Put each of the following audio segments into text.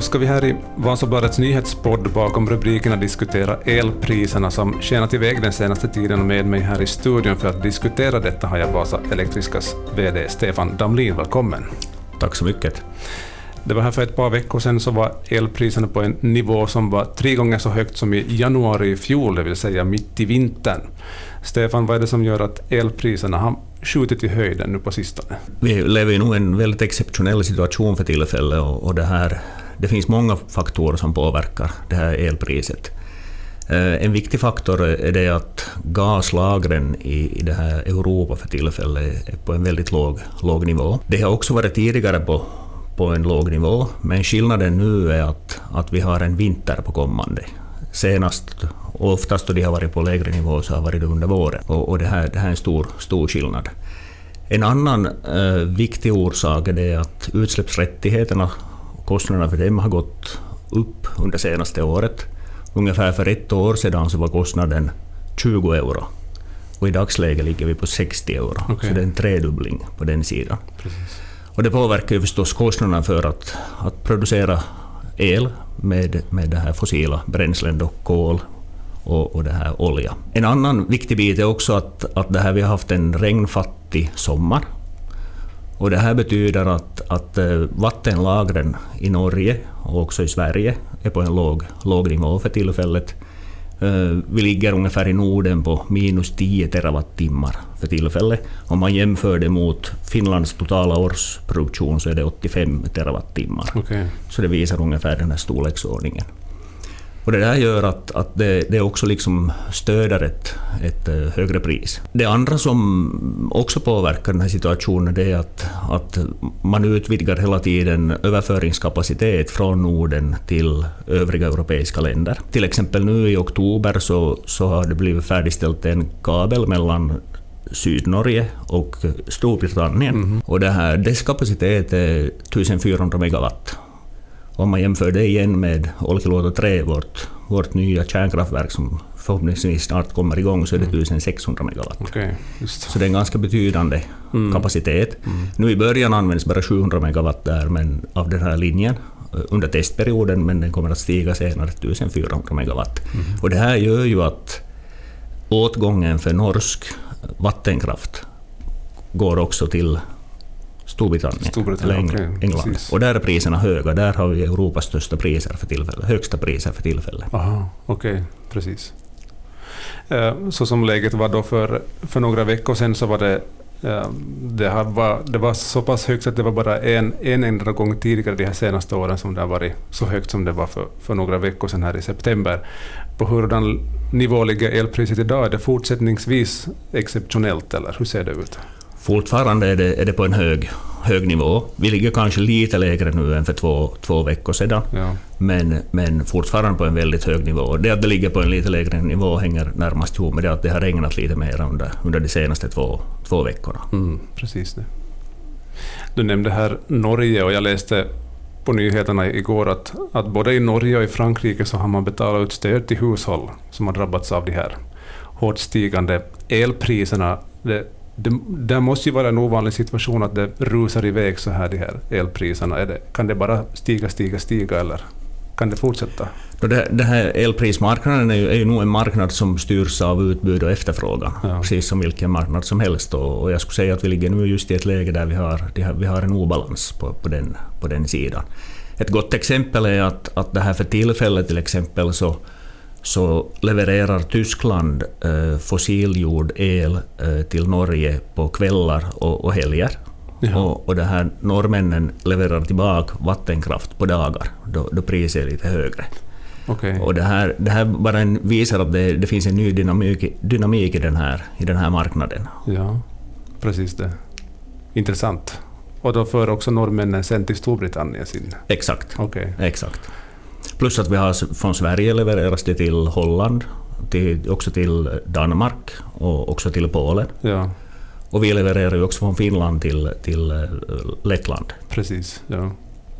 Då ska vi här i Vasabladets nyhetspodd bakom rubrikerna diskutera elpriserna som skenat iväg den senaste tiden, och med mig här i studion för att diskutera detta har jag Vasa Elektricas VD Stefan Damlin. Välkommen. Tack så mycket. Det var här för ett par veckor sedan så var elpriserna på en nivå som var 3 gånger så högt som i januari i fjol, det vill säga mitt i vintern. Stefan, vad är det som gör att elpriserna har skjutit i höjden nu på sistone? Vi lever i nog en väldigt exceptionell situation för tillfället, och det finns många faktorer som påverkar det här elpriset. En viktig faktor är det att gaslagren i det här Europa för tillfället är på en väldigt låg nivå. Det har också varit tidigare på en låg nivå, men skillnaden nu är att vi har en vinter på kommande. Senast, och oftast då de har varit på lägre nivå, så har varit det under våren. Och det här är en stor skillnad. En annan viktig orsak är det att utsläppsrättigheterna, kostnaderna för dem har gått upp under senaste året. Ungefär för 1 år sedan så var kostnaden 20 euro. Och i dagsläget ligger vi på 60 euro. Okay. Så det är en tredubbling på den sidan. Precis. Och det påverkar ju förstås kostnaderna för att producera el med det här fossila bränslen, då kol och det här olja. En annan viktig bit är också att det här, vi har haft en regnfattig sommar. Och det här betyder att vattenlagren i Norge och också i Sverige är på en låg nivå för tillfället. Vi ligger ungefär i Norden på minus 10 terawattimmar för tillfället. Om man jämför det mot Finlands totala årsproduktion så är det 85 terawattimmar. Okay. Så det visar ungefär den här storleksordningen. Och det där gör att det också liksom stöder ett högre pris. Det andra som också påverkar den här situationen är att man utvidgar hela tiden överföringskapacitet från Norden till övriga europeiska länder. Till exempel nu i oktober så har det blivit färdigställt en kabel mellan Sydnorge och Storbritannien. Mm-hmm. Och dess kapacitet är 1400 megawatt. Om man jämför det igen med Olkiluoto 3, vårt nya kärnkraftverk som förhoppningsvis snart kommer igång, så är det 1600 megawatt. Okay, så det är en ganska betydande kapacitet. Nu i början används bara 700 megawatt där, men av den här linjen under testperioden, men den kommer att stiga senare till 1400 megawatt. Och det här gör ju att åtgången för norsk vattenkraft går också till Storbritannien eller England. Precis. Och där är priserna höga. Där har vi Europas största priser för tillfället, högsta priser för tillfället. Aha, okej, precis. Så som läget var då för några veckor sedan, så var det var så pass högt att det var bara en enda gång tidigare de här senaste åren som det har varit så högt som det var för några veckor sedan här i september. På hurdan nivå ligger elpriset idag? Är det fortsättningsvis exceptionellt, eller hur ser det ut? Fortfarande är det på en hög nivå. Vi ligger kanske lite lägre nu än för två veckor sedan, ja. Men fortfarande på en väldigt hög nivå. Det att det ligger på en lite lägre nivå hänger närmast ihop med det att det har regnat lite mer under de senaste två veckorna. Precis det. Du nämnde här Norge, och jag läste på nyheterna igår att både i Norge och i Frankrike så har man betalat ut stöd till hushåll som har drabbats av de här hårt stigande elpriserna. Det måste ju vara en ovanlig situation att det rusar iväg så här, de här elpriserna. Kan det bara stiga eller kan det fortsätta? Den här elprismarknaden är ju nog en marknad som styrs av utbud och efterfrågan, precis som vilken marknad som helst. Och jag skulle säga att vi ligger nu just i ett läge där vi har en obalans på den sidan. Ett gott exempel är att det här för tillfället till exempel så levererar Tyskland fossilgjord el till Norge på kvällar och helger. Och det här norrmännen levererar tillbaka vattenkraft på dagar då priset är lite högre. Okay. Och det här bara visar att det finns en ny dynamik i den här marknaden. Ja, precis det. Intressant. Och då för också norrmännen sen till Storbritannien sin? Exakt. Okay. Exakt. Plus att vi har från Sverige levereras det till Holland, också till Danmark och också till Polen. Ja. Och vi levererar ju också från Finland till Lettland. Precis, ja.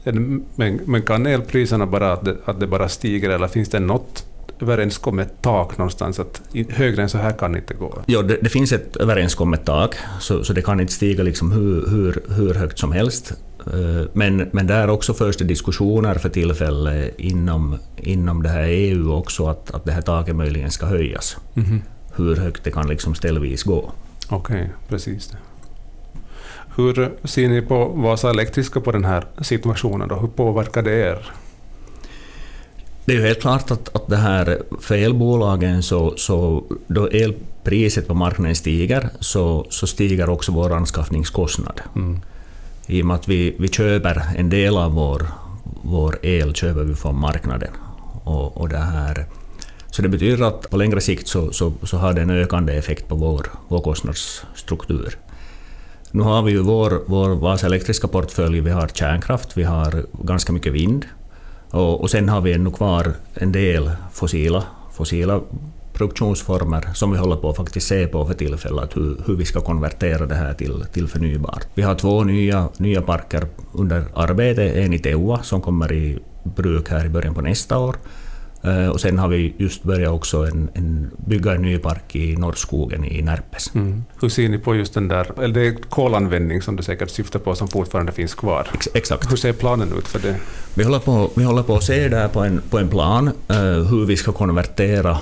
Men kan elpriserna bara att det bara stiger, eller finns det något överenskommet tak någonstans att högre än så här kan inte gå? Ja, det finns ett överenskommet tak, så det kan inte stiga liksom hur högt som helst. Men där också förs det diskussioner för tillfället inom det här EU också att det här taket möjligen ska höjas. Hur högt det kan liksom ställvis gå. Okej, precis det. Hur ser ni på Vasa Elektriska på den här situationen då? Hur påverkar det er? Det är ju helt klart att det här för elbolagen så då elpriset på marknaden stiger så stiger också vår anskaffningskostnad. I och med att vi köper en del av vår el köper vi från marknaden. Och det här, så det betyder att på längre sikt så har det en ökande effekt på vår kostnadsstruktur. Nu har vi ju vår Vasa Elektriska portfölj, vi har kärnkraft, vi har ganska mycket vind. Och sen har vi ännu kvar en del fossila produktionsformer som vi håller på att faktiskt se på för tillfället, hur vi ska konvertera det här till förnybart. Vi har 2 nya parker under arbete, en i Teua som kommer i bruk här i början på nästa år. Och sen har vi just börjat också bygga en ny park i Norrskogen i Närpes. Hur ser ni på just den där, eller det är kolanvändning som du säkert syftar på som fortfarande finns kvar? Exakt. Hur ser planen ut för det? Vi håller på att se där på en plan hur vi ska konvertera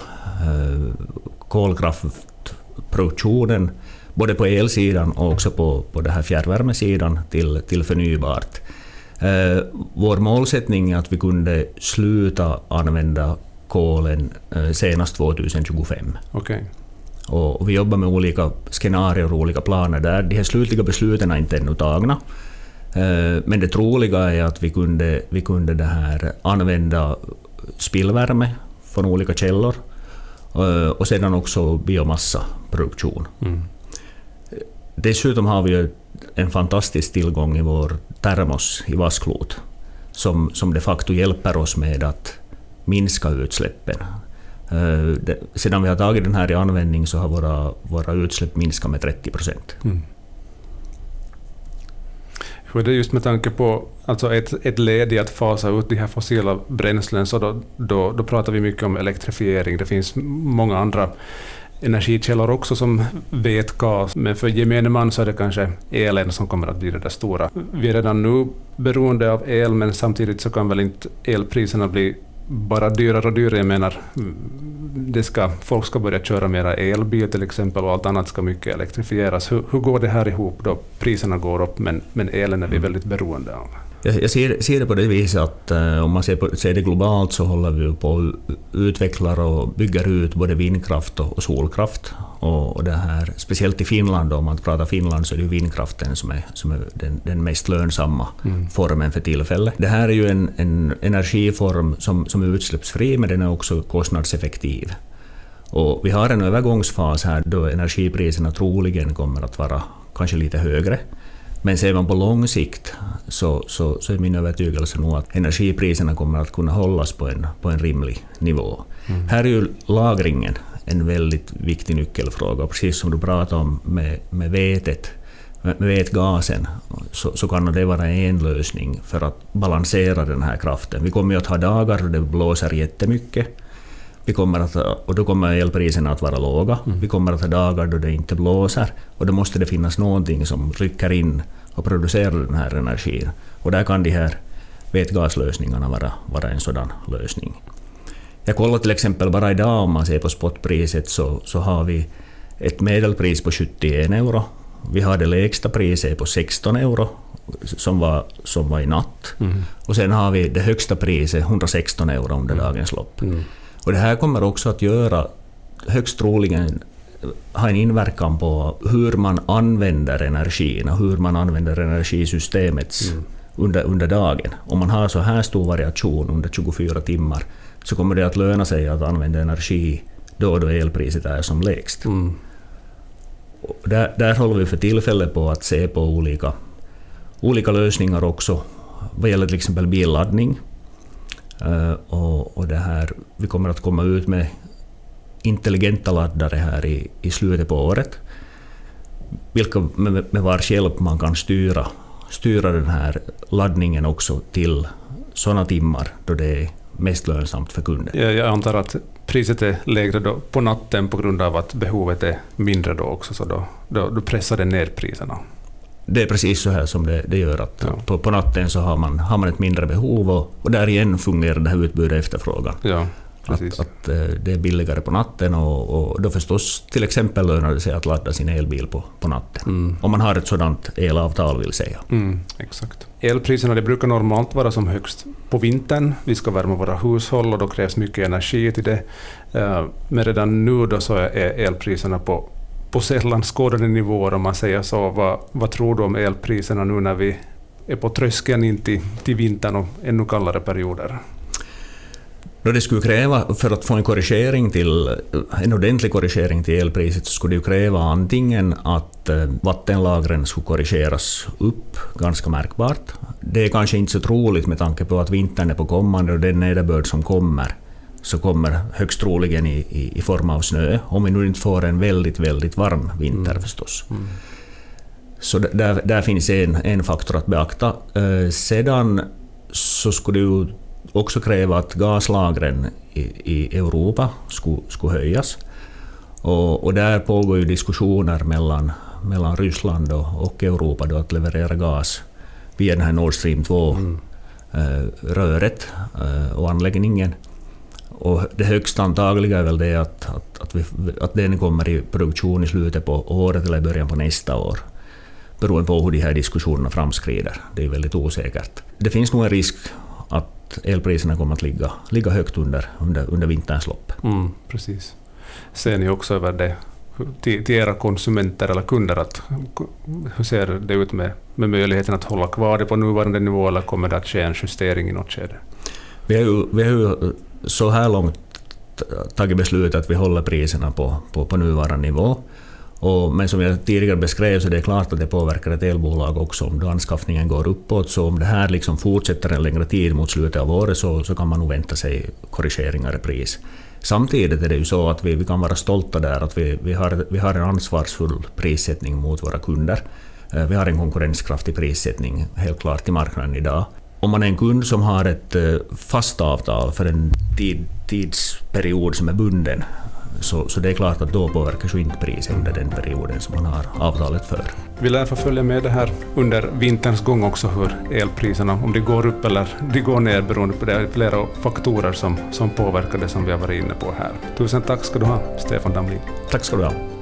kolkraftproduktionen både på elsidan och också på det här fjärrvärmesidan till förnybart. Vår målsättning är att vi kunde sluta använda kolen senast 2025. Okay. Och vi jobbar med olika scenarier och olika planer där. De här slutliga besluten är inte ännu tagna. Men det troliga är att vi kunde det här använda spillvärme från olika källor och sedan också biomassaproduktion. Dessutom har vi en fantastisk tillgång i vår termos i Vasklot som de facto hjälper oss med att minska utsläppen. Sedan vi har tagit den här i användning så har våra utsläpp minskat med 30%. Hur är det just med tanke på alltså ett led i att fasa ut de här fossila bränslen, så då pratar vi mycket om elektrifiering. Det finns många andra energikällor också som vätgas, men för gemene man så är det kanske elen som kommer att bli det där stora. Vi är redan nu beroende av el, men samtidigt så kan väl inte elpriserna bli bara dyrare och dyrare. Jag menar, folk ska börja köra mera elbil till exempel och allt annat ska mycket elektrifieras. Hur går det här ihop då? Priserna går upp men elen är vi väldigt beroende av. Jag ser det på det viset att om man ser det globalt så håller vi på att utveckla och bygga ut både vindkraft och solkraft. Och det här, speciellt i Finland, om man pratar Finland så är det vindkraften som är den mest lönsamma formen för tillfället. Det här är ju en energiform som är utsläppsfri, men den är också kostnadseffektiv. Och vi har en övergångsfas här då energipriserna troligen kommer att vara kanske lite högre. Men ser man på lång sikt så är min övertygelse nog att energipriserna kommer att kunna hållas på en rimlig nivå. Här är ju lagringen en väldigt viktig nyckelfråga. Precis som du pratade om med vätgasen så kan det vara en lösning för att balansera den här kraften. Vi kommer ju att ha dagar då det blåser jättemycket. Och då kommer elpriserna att vara låga. Vi kommer att ha dagar då det inte blåser. Och då måste det finnas någonting som rycker in och producerar den här energin. Och där kan de här vätgaslösningarna vara en sådan lösning. Jag kollar till exempel bara idag, om man ser på spotpriset så har vi ett medelpris på 71 euro. Vi har det lägsta priset på 16 euro som var i natt. Och sen har vi det högsta priset 116 euro under dagens lopp. Och det här kommer också att göra högst troligen ha en inverkan på hur man använder energin och hur man använder energisystemet under dagen. Om man har så här stor variation under 24 timmar så kommer det att löna sig att använda energi då elpriset är som lägst. Och där håller vi för tillfället på att se på olika lösningar också vad gäller till exempel billaddning. Och det här, vi kommer att komma ut med intelligenta laddare här i slutet på året, vilka med vars hjälp man kan styra den här laddningen också till sådana timmar då det är mest lönsamt för kunden. Jag antar att priset är lägre då på natten på grund av att behovet är mindre då också, så då pressar det ner priserna. det är precis så här som det gör att på natten så har man ett mindre behov och där igen fungerar det här utbudet och efterfrågan. Ja. Att det är billigare på natten och då förstås till exempel lönar det sig att ladda sin elbil på natten. Om man har ett sådant elavtal vill säga. Exakt. Elpriserna det brukar normalt vara som högst på vintern. Vi ska värma våra hushåll och då krävs mycket energi till det. Men redan nu då så är elpriserna på sällan skådade nivåer om man säger så. Vad tror du om elpriserna nu när vi är på tröskeln in till vintern och ännu kallare perioder? Då det skulle kräva, för att få en ordentlig korrigering till elpriset, så skulle det kräva antingen att vattenlagren skulle korrigeras upp ganska märkbart. Det är kanske inte så troligt med tanke på att vintern är på kommande och den nederbörd som kommer högst troligen i form av snö, om vi nu inte får en väldigt, väldigt varm vinter förstås. Så där finns en faktor att beakta. Sedan så skulle det också kräva att gaslagren i Europa skulle höjas. Och där pågår ju diskussioner mellan Ryssland och Europa då att leverera gas via den här Nord Stream 2-röret och anläggningen. Och det högst antagliga är väl det att den kommer i produktion i slutet på året eller i början på nästa år. Beroende på hur de här diskussionerna framskrider. Det är väldigt osäkert. Det finns nog en risk att elpriserna kommer att ligga högt under vinterns lopp. Precis. Ser ni också över det till era konsumenter eller kunder hur ser det ut med möjligheten att hålla kvar det på nuvarande nivå eller kommer det att ske en justering i något skede? Vi har ju så här långt tagit beslut att vi håller priserna på nuvarande nivå. Men som jag tidigare beskrev så är det klart att det påverkar ett elbolag också om anskaffningen går uppåt. Så om det här liksom fortsätter en längre tid mot slutet av året så kan man nog vänta sig korrigeringar i pris. Samtidigt är det ju så att vi kan vara stolta där att vi har en ansvarsfull prissättning mot våra kunder. Vi har en konkurrenskraftig prissättning helt klart i marknaden idag. Om man är en kund som har ett fast avtal för en tidsperiod som är bunden så det är klart att då påverkas ju inte priset under den perioden som man har avtalet för. Vi lär få följa med det här under vinterns gång också hur elpriserna, om det går upp eller det går ner beroende på det är flera faktorer som påverkar det som vi har varit inne på här. Tusen tack ska du ha, Stefan Damlin. Tack ska du ha.